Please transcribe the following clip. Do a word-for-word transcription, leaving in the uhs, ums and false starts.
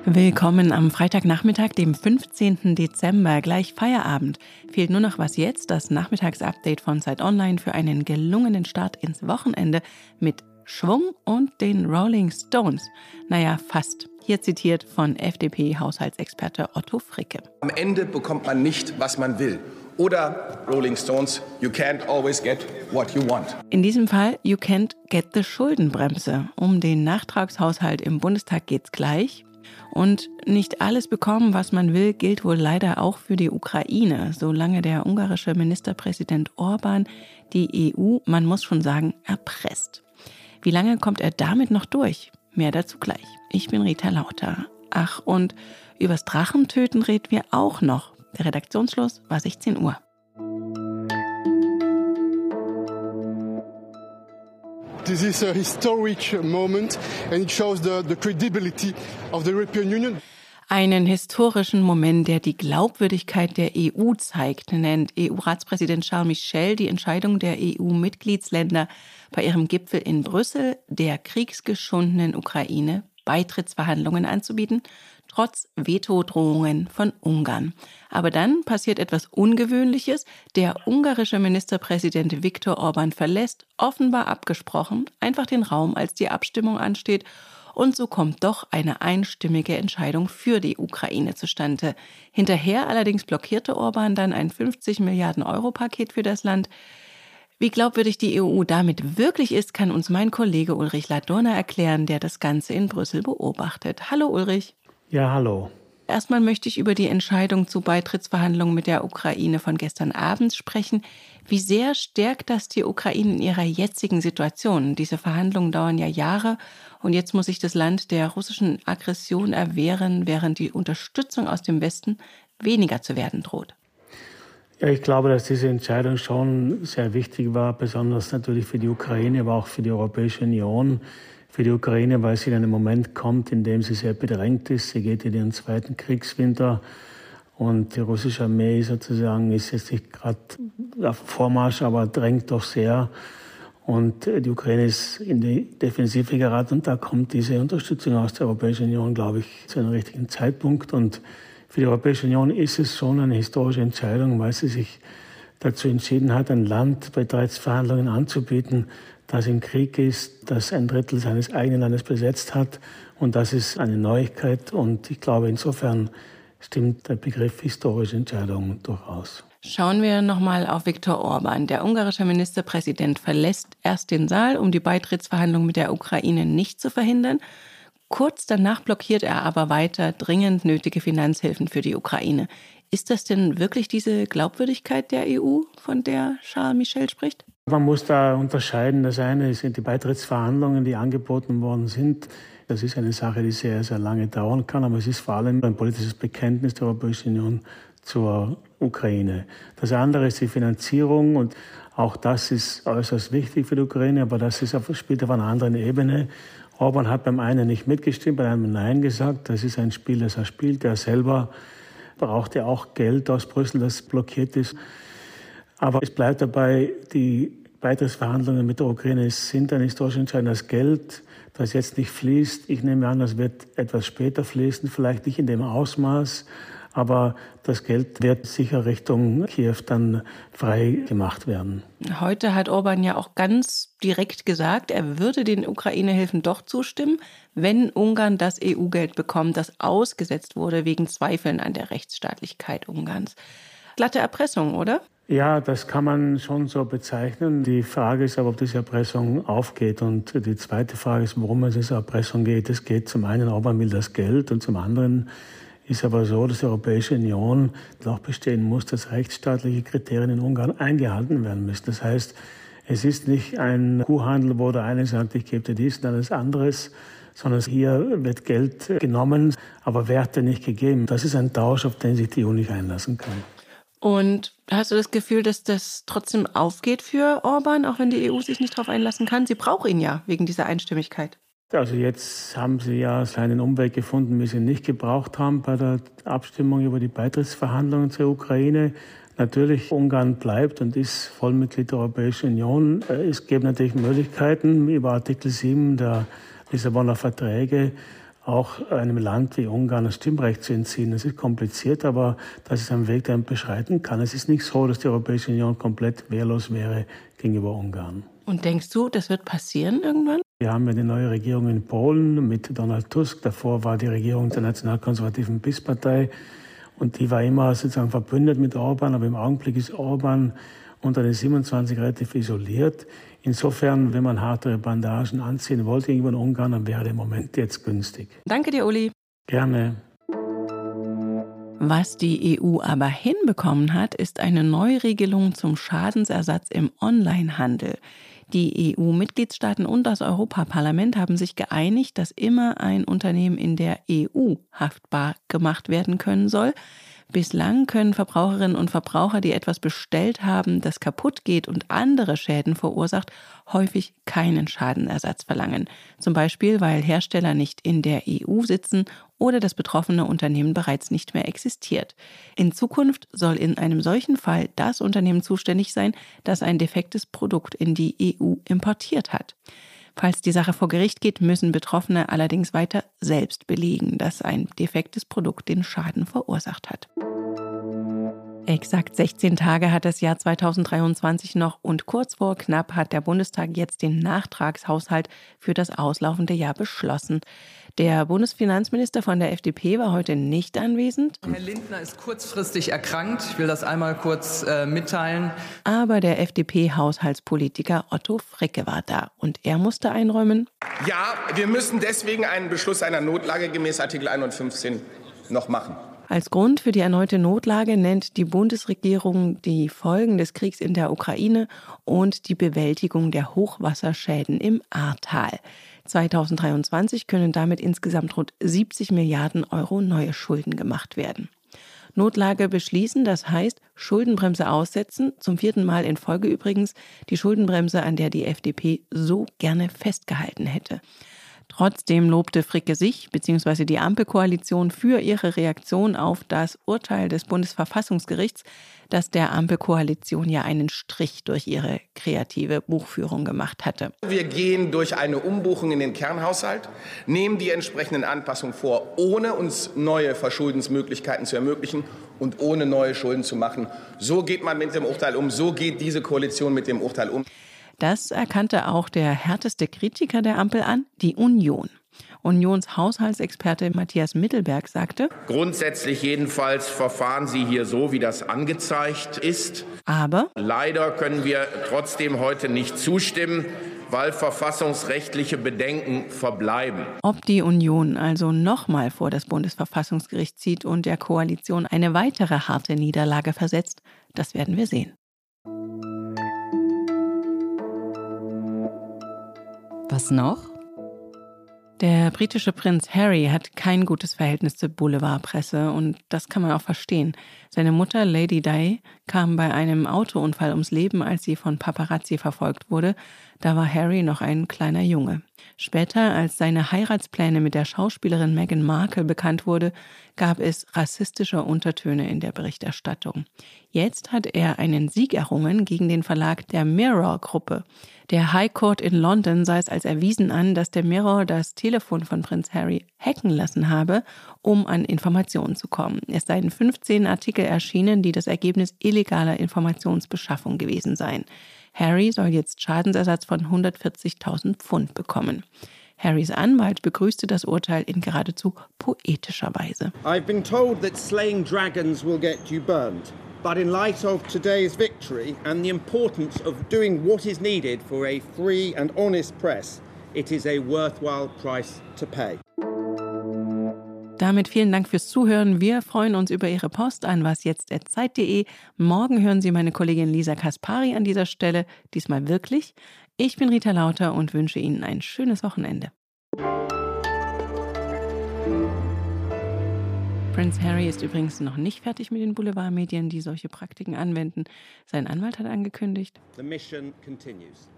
Willkommen am Freitagnachmittag, dem fünfzehnten Dezember, gleich Feierabend. Fehlt nur noch was jetzt, das Nachmittagsupdate von Zeit Online für einen gelungenen Start ins Wochenende mit Schwung und den Rolling Stones. Naja, fast. Hier zitiert von F D P-Haushaltsexperte Otto Fricke. Am Ende bekommt man nicht, was man will. Oder Rolling Stones, you can't always get what you want. In diesem Fall, you can't get the Schuldenbremse. Um den Nachtragshaushalt im Bundestag geht's gleich. Und nicht alles bekommen, was man will, gilt wohl leider auch für die Ukraine, solange der ungarische Ministerpräsident Orbán die E U, man muss schon sagen, erpresst. Wie lange kommt er damit noch durch? Mehr dazu gleich. Ich bin Rita Lauter. Ach, und übers Drachentöten reden wir auch noch. Der Redaktionsschluss war sechzehn Uhr. This is a historic moment and it shows the, the credibility of the European Union. Einen historischen Moment, der die Glaubwürdigkeit der E U zeigt, nennt E U-Ratspräsident Charles Michel die Entscheidung der E U-Mitgliedsländer bei ihrem Gipfel in Brüssel, der kriegsgeschundenen Ukraine Beitrittsverhandlungen anzubieten, trotz Vetodrohungen von Ungarn. Aber dann passiert etwas Ungewöhnliches. Der ungarische Ministerpräsident Viktor Orbán verlässt, offenbar abgesprochen, einfach den Raum, als die Abstimmung ansteht. Und so kommt doch eine einstimmige Entscheidung für die Ukraine zustande. Hinterher allerdings blockierte Orbán dann ein fünfzig Milliarden Euro Paket für das Land. Wie glaubwürdig die E U damit wirklich ist, kann uns mein Kollege Ulrich Ladurner erklären, der das Ganze in Brüssel beobachtet. Hallo Ulrich. Ja, hallo. Erstmal möchte ich über die Entscheidung zu Beitrittsverhandlungen mit der Ukraine von gestern Abend sprechen. Wie sehr stärkt das die Ukraine in ihrer jetzigen Situation? Diese Verhandlungen dauern ja Jahre und jetzt muss sich das Land der russischen Aggression erwehren, während die Unterstützung aus dem Westen weniger zu werden droht. Ja, ich glaube, dass diese Entscheidung schon sehr wichtig war, besonders natürlich für die Ukraine, aber auch für die Europäische Union. Für die Ukraine, weil sie in einen Moment kommt, in dem sie sehr bedrängt ist. Sie geht in ihren zweiten Kriegswinter und die russische Armee sozusagen ist jetzt nicht gerade auf Vormarsch, aber drängt doch sehr. Und die Ukraine ist in die Defensive geraten und da kommt diese Unterstützung aus der Europäischen Union, glaube ich, zu einem richtigen Zeitpunkt. Und für die Europäische Union ist es schon eine historische Entscheidung, weil sie sich dazu entschieden hat, ein Land bei Beitrittsverhandlungen anzubieten, das im Krieg ist, das ein Drittel seines eigenen Landes besetzt hat. Und das ist eine Neuigkeit. Und ich glaube, insofern stimmt der Begriff historische Entscheidung durchaus. Schauen wir nochmal auf Viktor Orbán. Der ungarische Ministerpräsident verlässt erst den Saal, um die Beitrittsverhandlungen mit der Ukraine nicht zu verhindern. Kurz danach blockiert er aber weiter dringend nötige Finanzhilfen für die Ukraine. Ist das denn wirklich diese Glaubwürdigkeit der E U, von der Charles Michel spricht? Man muss da unterscheiden. Das eine sind die Beitrittsverhandlungen, die angeboten worden sind. Das ist eine Sache, die sehr, sehr lange dauern kann. Aber es ist vor allem ein politisches Bekenntnis der Europäischen Union zur Ukraine. Das andere ist die Finanzierung. Und auch das ist äußerst wichtig für die Ukraine. Aber das ist auf, spielt auf einer anderen Ebene. Orbán hat beim einen nicht mitgestimmt, bei einem Nein gesagt. Das ist ein Spiel, das er spielt. Er selber braucht ja auch Geld aus Brüssel, das blockiert ist. Aber es bleibt dabei, die Beitrittsverhandlungen mit der Ukraine sind ein historisch entscheidendes Geld, das jetzt nicht fließt. Ich nehme an, das wird etwas später fließen, vielleicht nicht in dem Ausmaß, aber das Geld wird sicher Richtung Kiew dann frei gemacht werden. Heute hat Orbán ja auch ganz direkt gesagt, er würde den Ukraine-Hilfen doch zustimmen, wenn Ungarn das E U-Geld bekommt, das ausgesetzt wurde wegen Zweifeln an der Rechtsstaatlichkeit Ungarns. Glatte Erpressung, oder? Ja, das kann man schon so bezeichnen. Die Frage ist aber, ob diese Erpressung aufgeht. Und die zweite Frage ist, worum es dieser Erpressung geht. Es geht zum einen, Orbán will das Geld und zum anderen ist aber so, dass die Europäische Union auch bestehen muss, dass rechtsstaatliche Kriterien in Ungarn eingehalten werden müssen. Das heißt, es ist nicht ein Kuhhandel, wo der eine sagt, ich gebe dir dies und dann das anderes, sondern hier wird Geld genommen, aber Werte nicht gegeben. Das ist ein Tausch, auf den sich die E U nicht einlassen kann. Und hast du das Gefühl, dass das trotzdem aufgeht für Orbán, auch wenn die E U sich nicht darauf einlassen kann? Sie braucht ihn ja wegen dieser Einstimmigkeit. Also jetzt haben sie ja einen Umweg gefunden, wie sie ihn nicht gebraucht haben bei der Abstimmung über die Beitrittsverhandlungen zur Ukraine. Natürlich, Ungarn bleibt und ist Vollmitglied der Europäischen Union. Es gibt natürlich Möglichkeiten über Artikel sieben der Lissabonner Verträge, auch einem Land wie Ungarn das Stimmrecht zu entziehen. Das ist kompliziert, aber das ist ein Weg, den man beschreiten kann. Es ist nicht so, dass die Europäische Union komplett wehrlos wäre gegenüber Ungarn. Und denkst du, das wird passieren irgendwann? Wir haben ja die neue Regierung in Polen mit Donald Tusk. Davor war die Regierung der nationalkonservativen PiS-Partei. Und die war immer sozusagen verbündet mit Orban. Aber im Augenblick ist Orban unter den siebenundzwanzig relativ isoliert. Insofern, wenn man härtere Bandagen anziehen wollte gegenüber Ungarn, dann wäre der Moment jetzt günstig. Danke dir, Uli. Gerne. Was die E U aber hinbekommen hat, ist eine Neuregelung zum Schadensersatz im Onlinehandel. Die E U-Mitgliedstaaten und das Europaparlament haben sich geeinigt, dass immer ein Unternehmen in der E U haftbar gemacht werden können soll. Bislang können Verbraucherinnen und Verbraucher, die etwas bestellt haben, das kaputt geht und andere Schäden verursacht, häufig keinen Schadenersatz verlangen. Zum Beispiel, weil Hersteller nicht in der E U sitzen oder das betroffene Unternehmen bereits nicht mehr existiert. In Zukunft soll in einem solchen Fall das Unternehmen zuständig sein, das ein defektes Produkt in die E U importiert hat. Falls die Sache vor Gericht geht, müssen Betroffene allerdings weiter selbst belegen, dass ein defektes Produkt den Schaden verursacht hat. Exakt sechzehn Tage hat das Jahr zweitausenddreiundzwanzig noch und kurz vor knapp hat der Bundestag jetzt den Nachtragshaushalt für das auslaufende Jahr beschlossen. Der Bundesfinanzminister von der F D P war heute nicht anwesend. Herr Lindner ist kurzfristig erkrankt. Ich will das einmal kurz äh, mitteilen. Aber der F D P-Haushaltspolitiker Otto Fricke war da und er musste einräumen: Ja, wir müssen deswegen einen Beschluss einer Notlage gemäß Artikel hundertfünfzehn noch machen. Als Grund für die erneute Notlage nennt die Bundesregierung die Folgen des Kriegs in der Ukraine und die Bewältigung der Hochwasserschäden im Ahrtal. zweitausenddreiundzwanzig können damit insgesamt rund siebzig Milliarden Euro neue Schulden gemacht werden. Notlage beschließen, das heißt Schuldenbremse aussetzen, zum vierten Mal in Folge übrigens, die Schuldenbremse, an der die F D P so gerne festgehalten hätte. Trotzdem lobte Fricke sich bzw. die Ampelkoalition für ihre Reaktion auf das Urteil des Bundesverfassungsgerichts, das der Ampelkoalition ja einen Strich durch ihre kreative Buchführung gemacht hatte. Wir gehen durch eine Umbuchung in den Kernhaushalt, nehmen die entsprechenden Anpassungen vor, ohne uns neue Verschuldensmöglichkeiten zu ermöglichen und ohne neue Schulden zu machen. So geht man mit dem Urteil um, so geht diese Koalition mit dem Urteil um. Das erkannte auch der härteste Kritiker der Ampel an, die Union. Unionshaushaltsexperte Matthias Mittelberg sagte: Grundsätzlich jedenfalls verfahren Sie hier so, wie das angezeigt ist. Aber leider können wir trotzdem heute nicht zustimmen, weil verfassungsrechtliche Bedenken verbleiben. Ob die Union also nochmal vor das Bundesverfassungsgericht zieht und der Koalition eine weitere harte Niederlage versetzt, das werden wir sehen. Was noch? Der britische Prinz Harry hat kein gutes Verhältnis zur Boulevardpresse und das kann man auch verstehen. Seine Mutter Lady Di kam bei einem Autounfall ums Leben, als sie von Paparazzi verfolgt wurde. Da war Harry noch ein kleiner Junge. Später, als seine Heiratspläne mit der Schauspielerin Meghan Markle bekannt wurde, gab es rassistische Untertöne in der Berichterstattung. Jetzt hat er einen Sieg errungen gegen den Verlag der Mirror-Gruppe. Der High Court in London sah es als erwiesen an, dass der Mirror das Telefon von Prinz Harry hacken lassen habe, um an Informationen zu kommen. Es seien fünfzehn Artikel erschienen, die das Ergebnis illegaler Informationsbeschaffung gewesen seien. Harry soll jetzt Schadensersatz von hundertvierzigtausend Pfund bekommen. Harrys Anwalt begrüßte das Urteil in geradezu poetischer Weise. I've been told that slaying dragons will get you burned. But in light of today's victory and the importance of doing what is needed for a free and honest press, it is a worthwhile price to pay. Damit vielen Dank fürs Zuhören. Wir freuen uns über Ihre Post an wasjetzt at zeit punkt de. Morgen hören Sie meine Kollegin Lisa Kaspari an dieser Stelle, diesmal wirklich. Ich bin Rita Lauter und wünsche Ihnen ein schönes Wochenende. Prince Harry ist übrigens noch nicht fertig mit den Boulevardmedien, die solche Praktiken anwenden. Sein Anwalt hat angekündigt: The mission continues.